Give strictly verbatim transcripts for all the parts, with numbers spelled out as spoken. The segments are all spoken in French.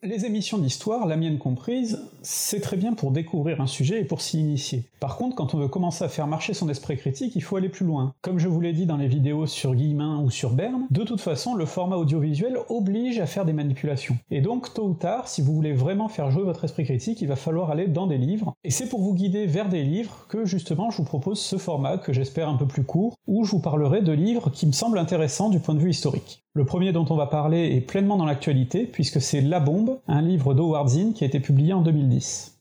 Les émissions d'histoire, la mienne comprise, c'est très bien pour découvrir un sujet et pour s'y initier. Par contre, quand on veut commencer à faire marcher son esprit critique, il faut aller plus loin. Comme je vous l'ai dit dans les vidéos sur Guillemin ou sur Berne, de toute façon, le format audiovisuel oblige à faire des manipulations. Et donc, tôt ou tard, si vous voulez vraiment faire jouer votre esprit critique, il va falloir aller dans des livres. Et c'est pour vous guider vers des livres que, justement, je vous propose ce format, que j'espère un peu plus court, où je vous parlerai de livres qui me semblent intéressants du point de vue historique. Le premier dont on va parler est pleinement dans l'actualité, puisque c'est La Bombe, un livre d'Howard Zinn qui a été publié en deux mille dix.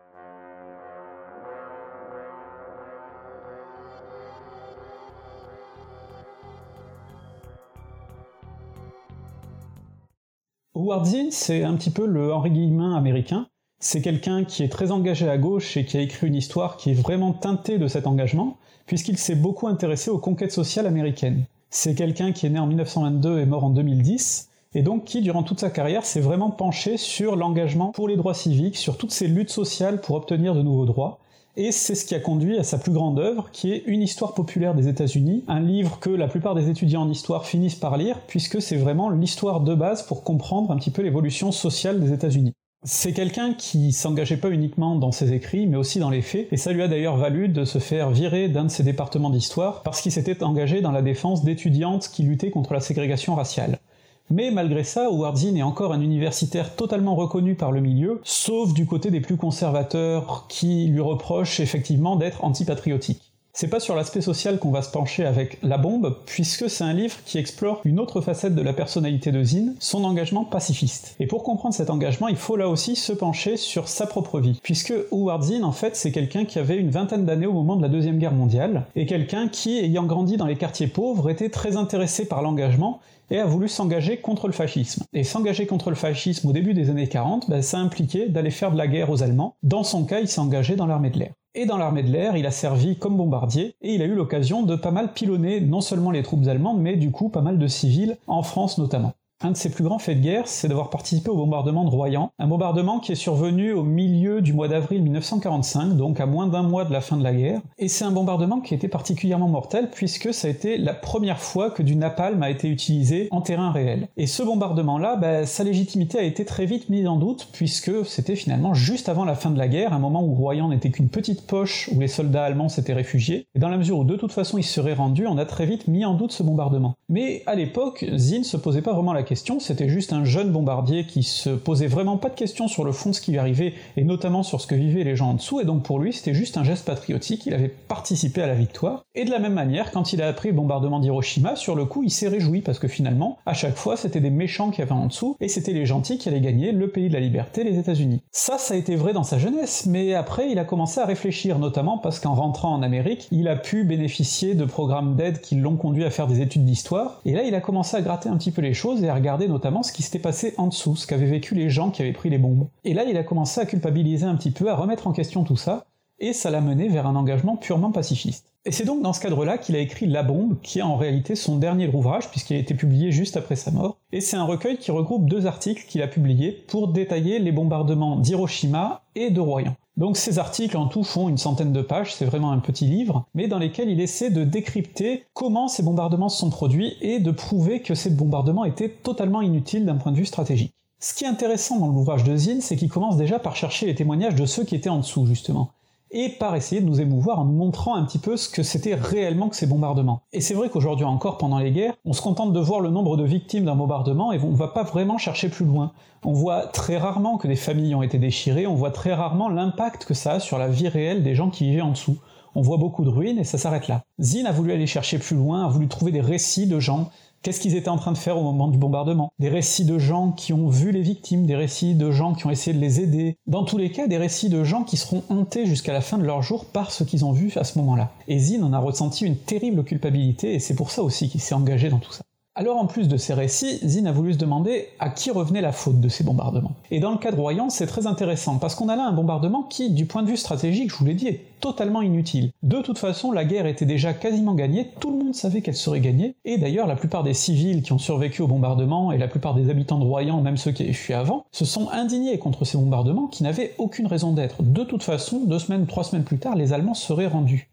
Howard Zinn, c'est un petit peu le Henri Guillemin américain. C'est quelqu'un qui est très engagé à gauche et qui a écrit une histoire qui est vraiment teintée de cet engagement, puisqu'il s'est beaucoup intéressé aux conquêtes sociales américaines. C'est quelqu'un qui est né en mille neuf cent vingt-deux et mort en deux mille dix, et donc qui, durant toute sa carrière, s'est vraiment penché sur l'engagement pour les droits civiques, sur toutes ces luttes sociales pour obtenir de nouveaux droits, et c'est ce qui a conduit à sa plus grande œuvre, qui est Une histoire populaire des États-Unis, un livre que la plupart des étudiants en histoire finissent par lire, puisque c'est vraiment l'histoire de base pour comprendre un petit peu l'évolution sociale des États-Unis. C'est quelqu'un qui s'engageait pas uniquement dans ses écrits, mais aussi dans les faits, et ça lui a d'ailleurs valu de se faire virer d'un de ses départements d'histoire, parce qu'il s'était engagé dans la défense d'étudiantes qui luttaient contre la ségrégation raciale. Mais malgré ça, Howard Zinn est encore un universitaire totalement reconnu par le milieu, sauf du côté des plus conservateurs, qui lui reprochent effectivement d'être antipatriotique. C'est pas sur l'aspect social qu'on va se pencher avec La Bombe, puisque c'est un livre qui explore une autre facette de la personnalité de Zinn, son engagement pacifiste. Et pour comprendre cet engagement, il faut là aussi se pencher sur sa propre vie, puisque Howard Zinn, en fait, c'est quelqu'un qui avait une vingtaine d'années au moment de la Deuxième Guerre mondiale, et quelqu'un qui, ayant grandi dans les quartiers pauvres, était très intéressé par l'engagement, et a voulu s'engager contre le fascisme. Et s'engager contre le fascisme au début des années quarante, ben, ça impliquait d'aller faire de la guerre aux Allemands. Dans son cas, il s'est engagé dans l'armée de l'air. Et dans l'armée de l'air, il a servi comme bombardier, et il a eu l'occasion de pas mal pilonner non seulement les troupes allemandes, mais du coup pas mal de civils, en France notamment. Un de ses plus grands faits de guerre, c'est d'avoir participé au bombardement de Royan, un bombardement qui est survenu au milieu du mois d'avril mille neuf cent quarante-cinq, donc à moins d'un mois de la fin de la guerre, et c'est un bombardement qui a été particulièrement mortel puisque ça a été la première fois que du napalm a été utilisé en terrain réel. Et ce bombardement-là, bah, sa légitimité a été très vite mise en doute puisque c'était finalement juste avant la fin de la guerre, un moment où Royan n'était qu'une petite poche où les soldats allemands s'étaient réfugiés, et dans la mesure où de toute façon ils seraient rendus, on a très vite mis en doute ce bombardement. Mais à l'époque, Zinn se posait pas vraiment la question, c'était juste un jeune bombardier qui se posait vraiment pas de questions sur le fond de ce qui lui arrivait, et notamment sur ce que vivaient les gens en dessous, et donc pour lui c'était juste un geste patriotique, il avait participé à la victoire, et de la même manière, quand il a appris le bombardement d'Hiroshima, sur le coup il s'est réjoui, parce que finalement, à chaque fois c'était des méchants qui avaient en dessous, et c'était les gentils qui allaient gagner le pays de la liberté, les États-Unis. Ça, ça a été vrai dans sa jeunesse, mais après il a commencé à réfléchir, notamment parce qu'en rentrant en Amérique, il a pu bénéficier de programmes d'aide qui l'ont conduit à faire des études d'histoire, et là il a commencé à gratter un petit peu les choses, et à regarder notamment ce qui s'était passé en dessous, ce qu'avaient vécu les gens qui avaient pris les bombes. Et là, il a commencé à culpabiliser un petit peu, à remettre en question tout ça, et ça l'a mené vers un engagement purement pacifiste. Et c'est donc dans ce cadre-là qu'il a écrit La Bombe, qui est en réalité son dernier ouvrage, puisqu'il a été publié juste après sa mort, et c'est un recueil qui regroupe deux articles qu'il a publiés pour détailler les bombardements d'Hiroshima et de Royan. Donc ces articles en tout font une centaine de pages, c'est vraiment un petit livre, mais dans lesquels il essaie de décrypter comment ces bombardements se sont produits et de prouver que ces bombardements étaient totalement inutiles d'un point de vue stratégique. Ce qui est intéressant dans l'ouvrage de Zinn, c'est qu'il commence déjà par chercher les témoignages de ceux qui étaient en dessous, justement, et par essayer de nous émouvoir en nous montrant un petit peu ce que c'était réellement que ces bombardements. Et c'est vrai qu'aujourd'hui encore, pendant les guerres, on se contente de voir le nombre de victimes d'un bombardement et on va pas vraiment chercher plus loin. On voit très rarement que des familles ont été déchirées, on voit très rarement l'impact que ça a sur la vie réelle des gens qui vivaient en dessous. On voit beaucoup de ruines et ça s'arrête là. Zinn a voulu aller chercher plus loin, a voulu trouver des récits de gens. Qu'est-ce qu'ils étaient en train de faire au moment du bombardement? Des récits de gens qui ont vu les victimes, des récits de gens qui ont essayé de les aider. Dans tous les cas, des récits de gens qui seront hantés jusqu'à la fin de leur jour par ce qu'ils ont vu à ce moment-là. Et Zinn en a ressenti une terrible culpabilité, et c'est pour ça aussi qu'il s'est engagé dans tout ça. Alors en plus de ces récits, Zinn a voulu se demander à qui revenait la faute de ces bombardements. Et dans le cas de Royan, c'est très intéressant, parce qu'on a là un bombardement qui, du point de vue stratégique, je vous l'ai dit, est totalement inutile. De toute façon, la guerre était déjà quasiment gagnée, tout le monde savait qu'elle serait gagnée, et d'ailleurs la plupart des civils qui ont survécu au bombardement, et la plupart des habitants de Royan, même ceux qui avaient fui avant, se sont indignés contre ces bombardements qui n'avaient aucune raison d'être. De toute façon, deux semaines, trois semaines plus tard, les Allemands seraient rendus.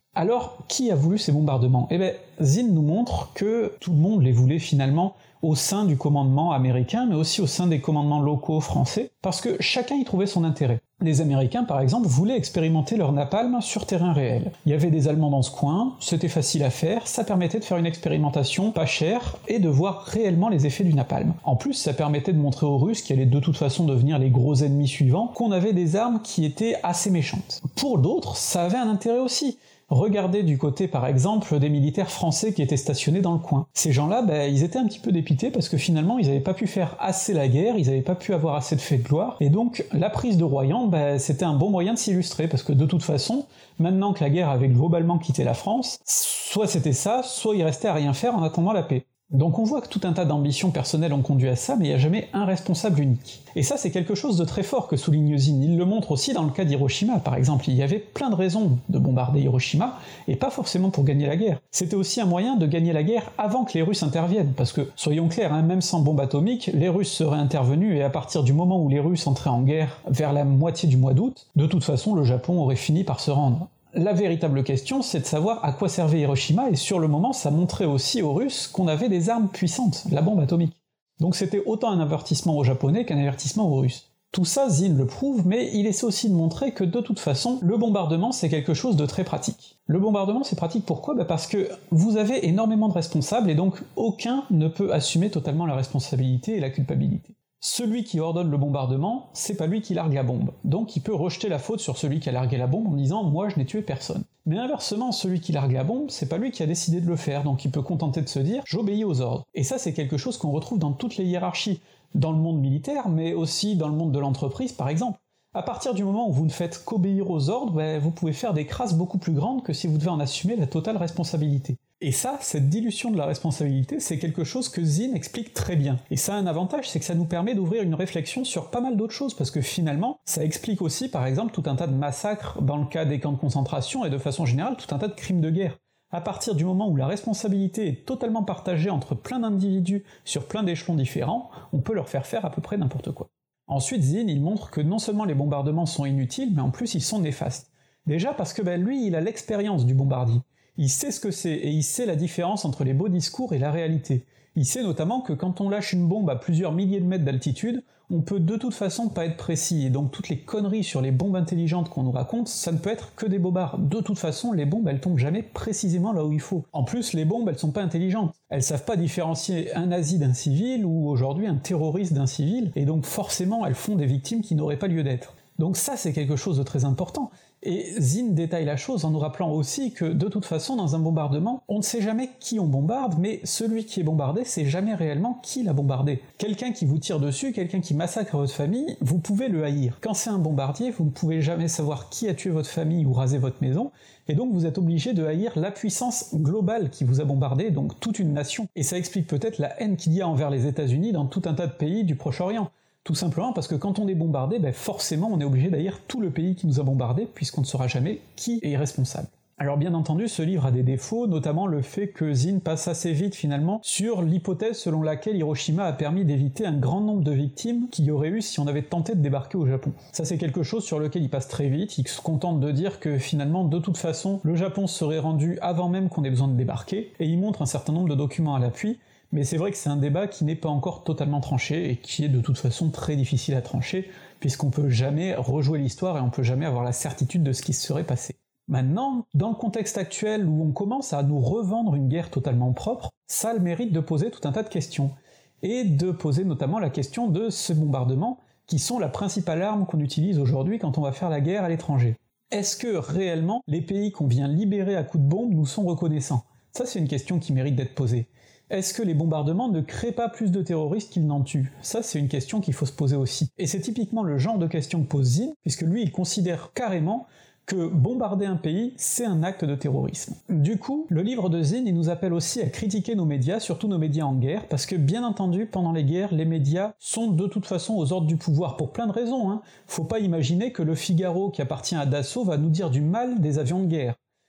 Alors, qui a voulu ces bombardements? Eh bien, Zinn nous montre que tout le monde les voulait finalement au sein du commandement américain, mais aussi au sein des commandements locaux français, parce que chacun y trouvait son intérêt. Les Américains, par exemple, voulaient expérimenter leur napalm sur terrain réel. Il y avait des Allemands dans ce coin, c'était facile à faire, ça permettait de faire une expérimentation pas chère et de voir réellement les effets du napalm. En plus, ça permettait de montrer aux Russes, qui allaient de toute façon devenir les gros ennemis suivants, qu'on avait des armes qui étaient assez méchantes. Pour d'autres, ça avait un intérêt aussi. Regardez du côté par exemple des militaires français qui étaient stationnés dans le coin. Ces gens-là, bah, ils étaient un petit peu dépités parce que finalement ils n'avaient pas pu faire assez la guerre, ils n'avaient pas pu avoir assez de faits de gloire, et donc la prise de Royan, bah, c'était un bon moyen de s'illustrer, parce que de toute façon, maintenant que la guerre avait globalement quitté la France, soit c'était ça, soit il restait à rien faire en attendant la paix. Donc on voit que tout un tas d'ambitions personnelles ont conduit à ça, mais il n'y a jamais un responsable unique. Et ça, c'est quelque chose de très fort que souligne Zinn. Il le montre aussi dans le cas d'Hiroshima, par exemple. Il y avait plein de raisons de bombarder Hiroshima, et pas forcément pour gagner la guerre. C'était aussi un moyen de gagner la guerre avant que les Russes interviennent, parce que, soyons clairs, hein, même sans bombe atomique, les Russes seraient intervenus, et à partir du moment où les Russes entraient en guerre, vers la moitié du mois d'août, de toute façon, le Japon aurait fini par se rendre. La véritable question, c'est de savoir à quoi servait Hiroshima, et sur le moment, ça montrait aussi aux Russes qu'on avait des armes puissantes, la bombe atomique. Donc c'était autant un avertissement aux Japonais qu'un avertissement aux Russes. Tout ça, Zinn le prouve, mais il essaie aussi de montrer que de toute façon, le bombardement c'est quelque chose de très pratique. Le bombardement c'est pratique pourquoi? Bah parce que vous avez énormément de responsables, et donc aucun ne peut assumer totalement la responsabilité et la culpabilité. Celui qui ordonne le bombardement, c'est pas lui qui largue la bombe, donc il peut rejeter la faute sur celui qui a largué la bombe en disant « moi je n'ai tué personne ». Mais inversement, celui qui largue la bombe, c'est pas lui qui a décidé de le faire, donc il peut contenter de se dire « j'obéis aux ordres ». Et ça c'est quelque chose qu'on retrouve dans toutes les hiérarchies, dans le monde militaire, mais aussi dans le monde de l'entreprise par exemple. À partir du moment où vous ne faites qu'obéir aux ordres, ben, vous pouvez faire des crasses beaucoup plus grandes que si vous devez en assumer la totale responsabilité. Et ça, cette dilution de la responsabilité, c'est quelque chose que Zinn explique très bien. Et ça a un avantage, c'est que ça nous permet d'ouvrir une réflexion sur pas mal d'autres choses, parce que finalement, ça explique aussi, par exemple, tout un tas de massacres dans le cas des camps de concentration, et de façon générale, tout un tas de crimes de guerre. À partir du moment où la responsabilité est totalement partagée entre plein d'individus sur plein d'échelons différents, on peut leur faire faire à peu près n'importe quoi. Ensuite, Zinn, il montre que non seulement les bombardements sont inutiles, mais en plus ils sont néfastes. Déjà parce que ben, lui, il a l'expérience du bombardier. Il sait ce que c'est, et il sait la différence entre les beaux discours et la réalité. Il sait notamment que quand on lâche une bombe à plusieurs milliers de mètres d'altitude, on peut de toute façon pas être précis, et donc toutes les conneries sur les bombes intelligentes qu'on nous raconte, ça ne peut être que des bobards. De toute façon, les bombes, elles tombent jamais précisément là où il faut. En plus, les bombes, elles sont pas intelligentes. Elles savent pas différencier un nazi d'un civil, ou aujourd'hui un terroriste d'un civil, et donc forcément, elles font des victimes qui n'auraient pas lieu d'être. Donc ça, c'est quelque chose de très important. Et Zinn détaille la chose en nous rappelant aussi que, de toute façon, dans un bombardement, on ne sait jamais qui on bombarde, mais celui qui est bombardé sait jamais réellement qui l'a bombardé. Quelqu'un qui vous tire dessus, quelqu'un qui massacre votre famille, vous pouvez le haïr. Quand c'est un bombardier, vous ne pouvez jamais savoir qui a tué votre famille ou rasé votre maison, et donc vous êtes obligé de haïr la puissance globale qui vous a bombardé, donc toute une nation. Et ça explique peut-être la haine qu'il y a envers les États-Unis dans tout un tas de pays du Proche-Orient. Tout simplement parce que quand on est bombardé, ben forcément on est obligé d'haïr tout le pays qui nous a bombardé, puisqu'on ne saura jamais qui est responsable. Alors bien entendu, ce livre a des défauts, notamment le fait que Zinn passe assez vite finalement sur l'hypothèse selon laquelle Hiroshima a permis d'éviter un grand nombre de victimes qu'il y aurait eu si on avait tenté de débarquer au Japon. Ça c'est quelque chose sur lequel il passe très vite, il se contente de dire que finalement, de toute façon, le Japon serait rendu avant même qu'on ait besoin de débarquer, et il montre un certain nombre de documents à l'appui, mais c'est vrai que c'est un débat qui n'est pas encore totalement tranché, et qui est de toute façon très difficile à trancher, puisqu'on peut jamais rejouer l'histoire et on peut jamais avoir la certitude de ce qui se serait passé. Maintenant, dans le contexte actuel où on commence à nous revendre une guerre totalement propre, ça a le mérite de poser tout un tas de questions, et de poser notamment la question de ces bombardements, qui sont la principale arme qu'on utilise aujourd'hui quand on va faire la guerre à l'étranger. Est-ce que réellement les pays qu'on vient libérer à coups de bombe nous sont reconnaissants? Ça c'est une question qui mérite d'être posée. Est-ce que les bombardements ne créent pas plus de terroristes qu'ils n'en tuent? Ça, c'est une question qu'il faut se poser aussi. Et c'est typiquement le genre de question que pose Zinn, puisque lui, il considère carrément que bombarder un pays, c'est un acte de terrorisme. Du coup, le livre de Zinn, il nous appelle aussi à critiquer nos médias, surtout nos médias en guerre, parce que bien entendu, pendant les guerres, les médias sont de toute façon aux ordres du pouvoir, pour plein de raisons, hein. Faut pas imaginer que le Figaro, qui appartient à Dassault, va nous dire du mal des avions de guerre.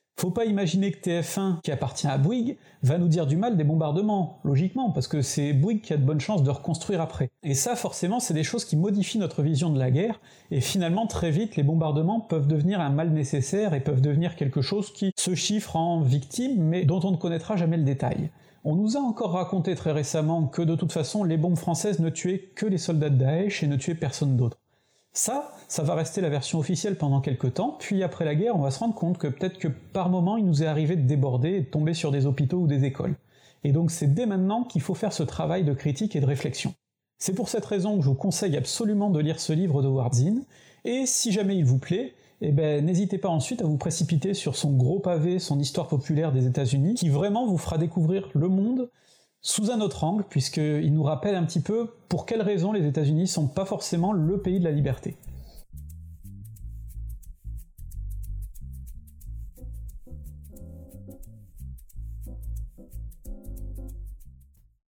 Faut pas imaginer que T F un, qui appartient à Bouygues, va nous dire du mal des bombardements, logiquement, parce que c'est Bouygues qui a de bonnes chances de reconstruire après. Et ça, forcément, c'est des choses qui modifient notre vision de la guerre, et finalement, très vite, les bombardements peuvent devenir un mal nécessaire et peuvent devenir quelque chose qui se chiffre en victimes, mais dont on ne connaîtra jamais le détail. On nous a encore raconté très récemment que de toute façon, les bombes françaises ne tuaient que les soldats de Daesh et ne tuaient personne d'autre. Ça, ça va rester la version officielle pendant quelques temps, puis après la guerre, on va se rendre compte que peut-être que par moment, il nous est arrivé de déborder et de tomber sur des hôpitaux ou des écoles. Et donc c'est dès maintenant qu'il faut faire ce travail de critique et de réflexion. C'est pour cette raison que je vous conseille absolument de lire ce livre de Howard Zinn, et si jamais il vous plaît, eh ben, n'hésitez pas ensuite à vous précipiter sur son gros pavé, son histoire populaire des États-Unis, qui vraiment vous fera découvrir le monde sous un autre angle, puisqu'il nous rappelle un petit peu pour quelles raisons les États-Unis sont pas forcément le pays de la liberté.